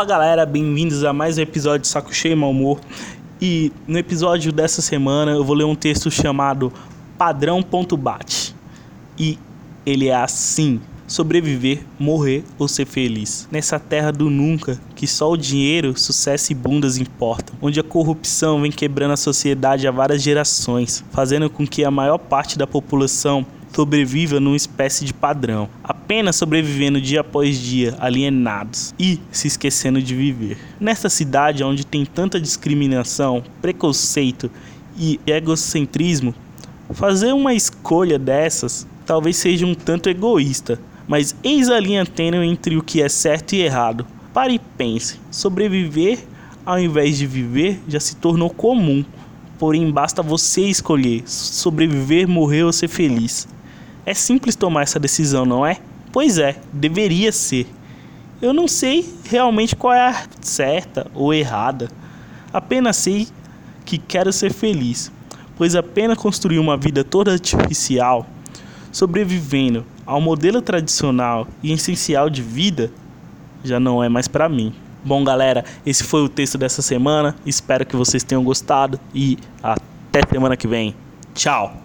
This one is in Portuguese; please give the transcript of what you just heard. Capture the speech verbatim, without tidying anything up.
galera, bem-vindos a mais um episódio de Saco Cheio e Mau Humor. E no episódio dessa semana eu vou ler um texto chamado Padrão.bate. E ele é assim: sobreviver, morrer ou ser feliz. Nessa terra do nunca, que só o dinheiro, sucesso e bundas importam, onde a corrupção vem quebrando a sociedade há várias gerações, fazendo com que a maior parte da população sobreviva numa espécie de padrão, apenas sobrevivendo dia após dia, alienados e se esquecendo de viver. Nessa cidade onde tem tanta discriminação, preconceito e egocentrismo, fazer uma escolha dessas talvez seja um tanto egoísta, mas eis a linha tênue entre o que é certo e errado. Pare e pense, sobreviver ao invés de viver já se tornou comum, porém basta você escolher sobreviver, morrer ou ser feliz. É simples tomar essa decisão, não é? Pois é, deveria ser. Eu não sei realmente qual é a certa ou errada. Apenas sei que quero ser feliz, pois apenas construir uma vida toda artificial, sobrevivendo ao modelo tradicional e essencial de vida, já não é mais para mim. Bom, galera, esse foi o texto dessa semana. Espero que vocês tenham gostado e até semana que vem. Tchau!